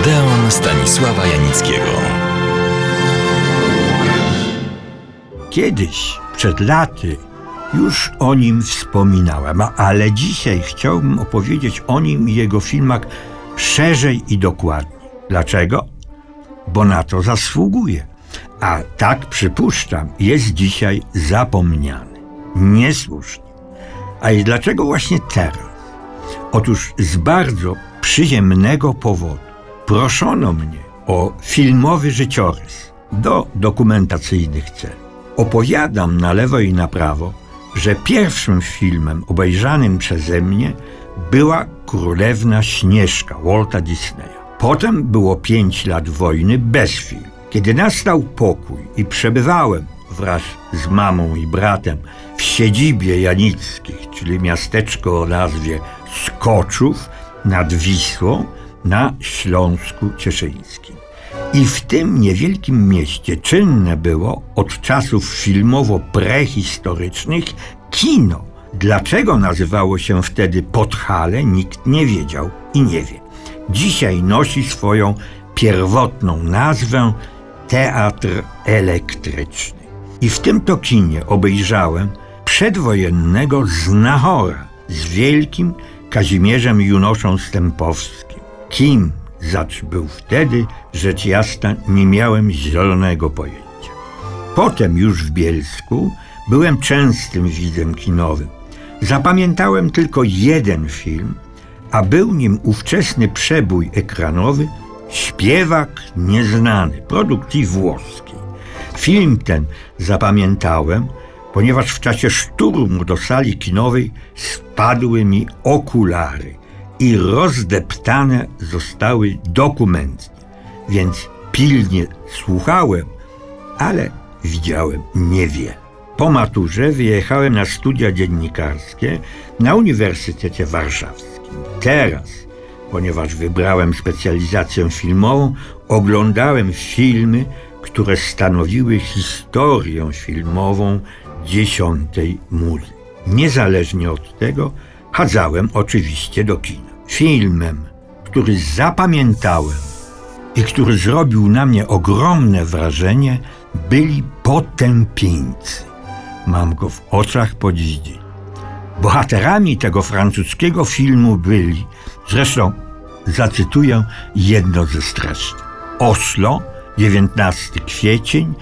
Odeon Stanisława Janickiego. Kiedyś, przed laty, już o nim wspominałem, ale dzisiaj chciałbym opowiedzieć o nim i jego filmach szerzej i dokładnie. Dlaczego? Bo na to zasługuje. A tak, przypuszczam, jest dzisiaj zapomniany. Niesłusznie. A i dlaczego właśnie teraz? Otóż z bardzo przyziemnego powodu proszono mnie o filmowy życiorys do dokumentacyjnych celów. Opowiadam na lewo i na prawo, że pierwszym filmem obejrzanym przeze mnie była Królewna Śnieżka Walta Disneya. Potem było 5 lat wojny bez filmu. Kiedy nastał pokój i przebywałem wraz z mamą i bratem w siedzibie Janickich, czyli miasteczko o nazwie Skoczów nad Wisłą na Śląsku Cieszyńskim. I w tym niewielkim mieście czynne było od czasów filmowo-prehistorycznych kino. Dlaczego nazywało się wtedy Podhale, nikt nie wiedział i nie wie. Dzisiaj nosi swoją pierwotną nazwę Teatr Elektryczny. I w tym to kinie obejrzałem przedwojennego Znachora z wielkim Kazimierzem Junoszą Stępowskim. Kim zacz był wtedy, rzecz jasna, nie miałem zielonego pojęcia. Potem już w Bielsku byłem częstym widzem kinowym. Zapamiętałem tylko jeden film, a był nim ówczesny przebój ekranowy Śpiewak Nieznany, produkcji włoskiej. Film ten zapamiętałem, ponieważ w czasie szturmu do sali kinowej spadły mi okulary i rozdeptane zostały dokumentnie, więc pilnie słuchałem, ale widziałem niewiele. Po maturze wyjechałem na studia dziennikarskie na Uniwersytecie Warszawskim. Teraz, ponieważ wybrałem specjalizację filmową, oglądałem filmy, które stanowiły historię filmową 10. muzy. Niezależnie od tego, chadzałem oczywiście do kina. Filmem, który zapamiętałem i który zrobił na mnie ogromne wrażenie, byli Potępieńcy. Mam go w oczach po dziś dzień. Bohaterami tego francuskiego filmu byli, zresztą zacytuję jedno ze streszczeń. Oslo, 19 kwiecień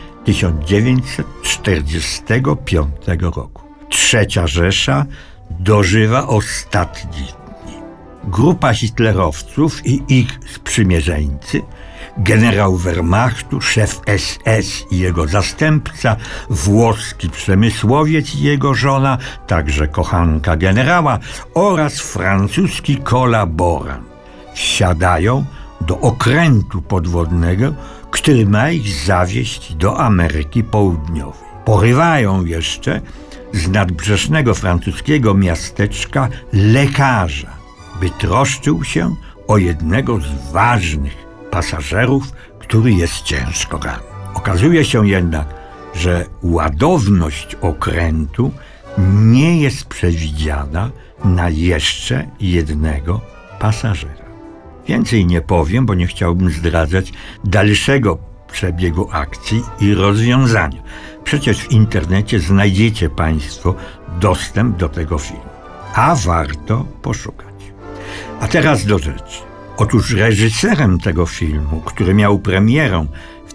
1945 roku. Trzecia Rzesza dożywa ostatnich dni. Grupa hitlerowców i ich sprzymierzeńcy, generał Wehrmachtu, szef SS i jego zastępca, włoski przemysłowiec i jego żona, także kochanka generała oraz francuski kolaborant wsiadają do okrętu podwodnego, który ma ich zawieźć do Ameryki Południowej. Porywają jeszcze z nadbrzeżnego francuskiego miasteczka lekarza, by troszczył się o jednego z ważnych pasażerów, który jest ciężko ranny. Okazuje się jednak, że ładowność okrętu nie jest przewidziana na jeszcze jednego pasażera. Więcej nie powiem, bo nie chciałbym zdradzać dalszego przebiegu akcji i rozwiązania. Przecież w internecie znajdziecie Państwo dostęp do tego filmu. A warto poszukać. A teraz do rzeczy. Otóż reżyserem tego filmu, który miał premierę w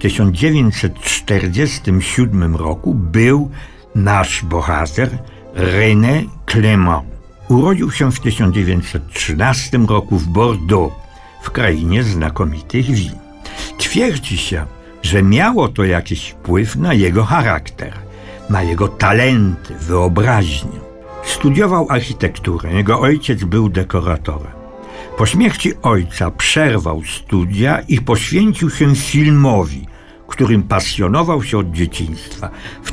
1947 roku, był nasz bohater René Clément. Urodził się w 1913 roku w Bordeaux, w krainie znakomitych win. Twierdzi się, że miało to jakiś wpływ na jego charakter, na jego talenty, wyobraźnię. Studiował architekturę, jego ojciec był dekoratorem. Po śmierci ojca przerwał studia i poświęcił się filmowi, którym pasjonował się od dzieciństwa. W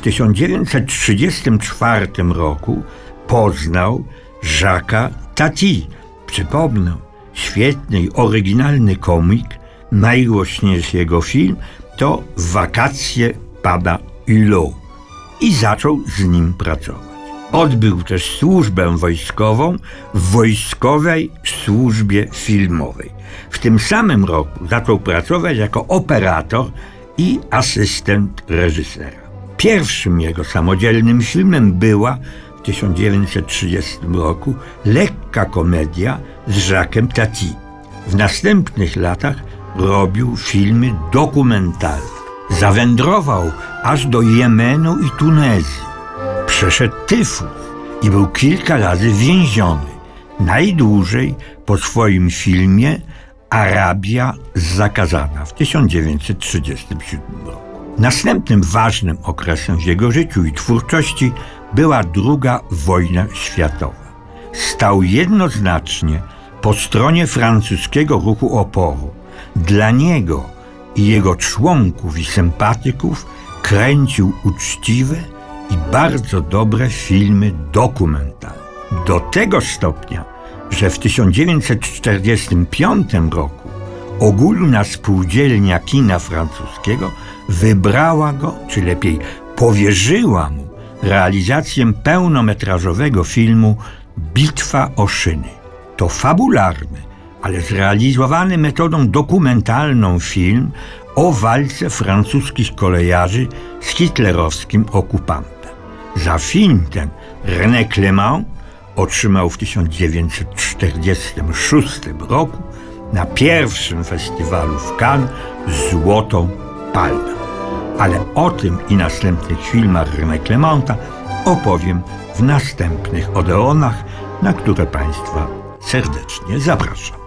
1934 roku poznał Jacques'a Tati. Przypomnę, świetny i oryginalny komik. Najgłośniejszy jego film to Wakacje pana Hulot i zaczął z nim pracować. Odbył też służbę wojskową w Wojskowej Służbie Filmowej. W tym samym roku zaczął pracować jako operator i asystent reżysera. Pierwszym jego samodzielnym filmem była w 1930 roku lekka komedia z Jacquesem Tati. W następnych latach robił filmy dokumentalne. Zawędrował aż do Jemenu i Tunezji. Przeszedł tyfus i był kilka razy więziony. Najdłużej po swoim filmie Arabia zakazana w 1937 roku. Następnym ważnym okresem w jego życiu i twórczości była II wojna światowa. Stał jednoznacznie po stronie francuskiego ruchu oporu. Dla niego i jego członków i sympatyków kręcił uczciwe i bardzo dobre filmy dokumentalne. Do tego stopnia, że w 1945 roku Ogólna Spółdzielnia Kina Francuskiego wybrała go, czy lepiej powierzyła mu realizację pełnometrażowego filmu Bitwa o Szyny. To fabularny, ale zrealizowany metodą dokumentalną film o walce francuskich kolejarzy z hitlerowskim okupantem. Za film ten René Clément otrzymał w 1946 roku na pierwszym festiwalu w Cannes Złotą Palmę. Ale o tym i następnych filmach René Clémenta opowiem w następnych Odeonach, na które Państwa serdecznie zapraszam.